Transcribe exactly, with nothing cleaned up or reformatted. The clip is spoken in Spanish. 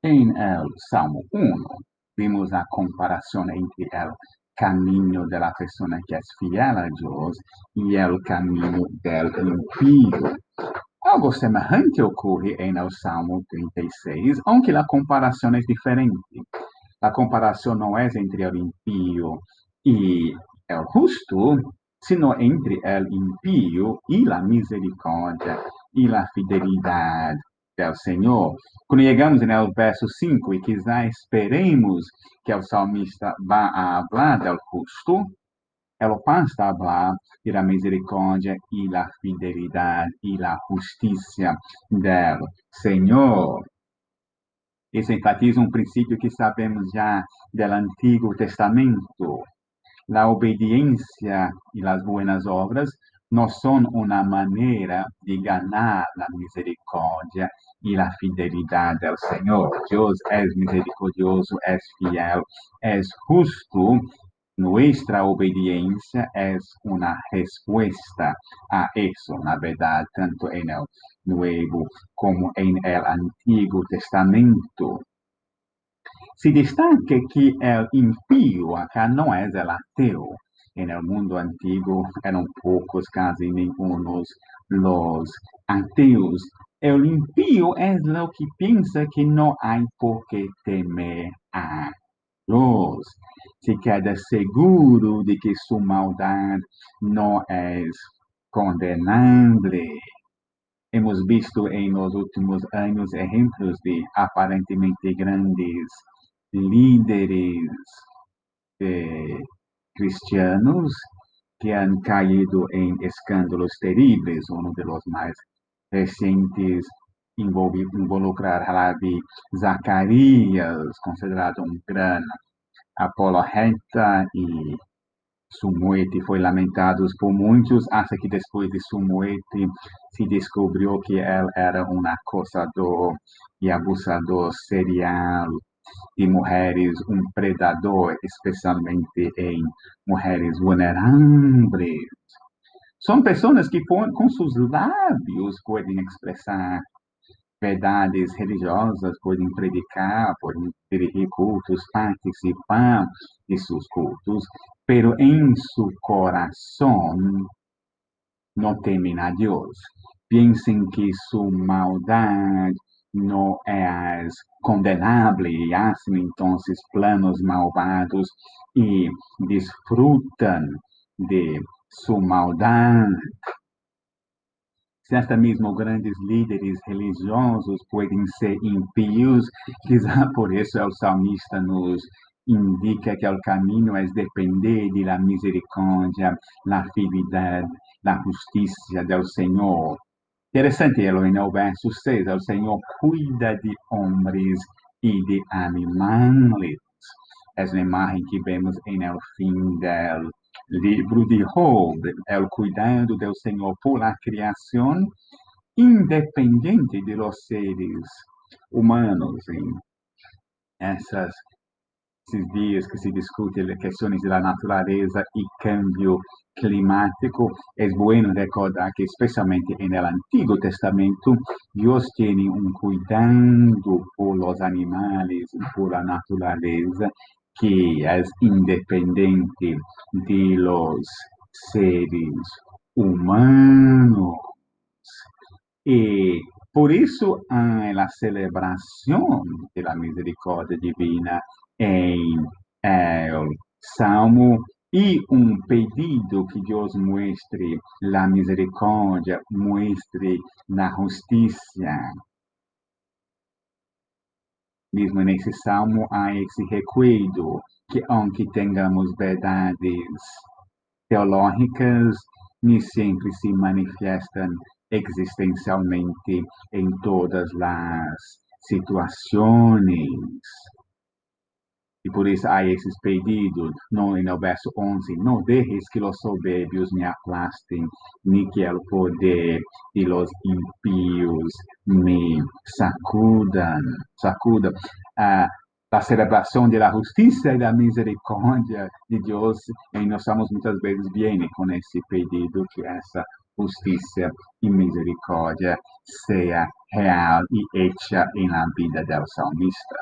En el Salmo uno vimos la comparación entre el camino de la persona que es fiel a Dios y el camino del impío. Algo semejante ocurre en el Salmo treinta y seis, aunque la comparación es diferente. La comparación no es entre el impío y el justo, sino entre el impío y la misericordia y la fidelidad del Señor. Cuando llegamos en el verso cinco y quizá esperemos que el salmista va a hablar del justo, él pasa a hablar de la misericordia y la fidelidad y la justicia del Señor. Isso enfatiza um princípio que sabemos já do Antigo Testamento. La obediencia y las buenas obras no son una manera de ganar la misericordia y la fidelidad del Señor. Dios es misericordioso, es fiel, es justo. Nuestra obediencia es una respuesta a eso, la verdad, tanto en el Nuevo como en el Antiguo Testamento. Se destaca que el impío acá no es el ateo. En el mundo antiguo eran pocos, casi ningunos los ateos. El impío es lo que piensa que no hay por qué temer a Dios. Se queda seguro de que su maldad no es condenable. Hemos visto en los últimos años ejemplos de aparentemente grandes líderes eh, cristianos que han caído en escándalos terribles. Uno de los más recientes involucrar a la de Zacarías, considerado un gran apologeta, y su muerte foi lamentado por muitos, hasta que depois de sua muerte se descobriu que ele era um acosador e abusador serial de mulheres, um predador, especialmente em mulheres vulneráveis. São pessoas que com seus lábios podem expressar verdades religiosas, podem predicar, podem dirigir cultos, participar de seus cultos, pero en su corazón no temen a Dios. Piensen que su maldad no es condenable y hacen entonces planos malvados y disfrutan de su maldad. Se hasta mesmo grandes líderes religiosos podem ser impíos, quizá por isso o salmista nos indica que o caminho é depender de la misericórdia, la fidelidade, la justiça do Senhor. Interessante, en el verso seis, el Senhor cuida de homens e de animais. É uma imagem que vemos en el fin del livro de Job, el cuidado del Señor por la creación, independiente de los seres humanos. En esas, esos días que se discuten las cuestiones de la naturaleza y cambio climático, es bueno recordar que especialmente en el Antiguo Testamento, Dios tiene un cuidado por los animales, por la naturaleza, que es independiente de los seres humanos. Y por eso hay la celebración de la misericordia divina en el Salmo y un pedido que Dios muestre la misericordia, muestre la justicia. Mesmo nesse salmo há esse recuerdo que, aunque tengamos verdades teológicas, nem sempre se manifestam existencialmente em todas as situações. E por isso há esses pedidos, no, en el verso once, no dejes que los soberbios me aplasten, ni que el poder de los impíos me sacudan. sacudan. Uh, la celebración de la justicia y la misericordia de Dios en los salmos muchas veces viene con ese pedido que esa justicia y misericordia sea real y hecha en la vida del salmista.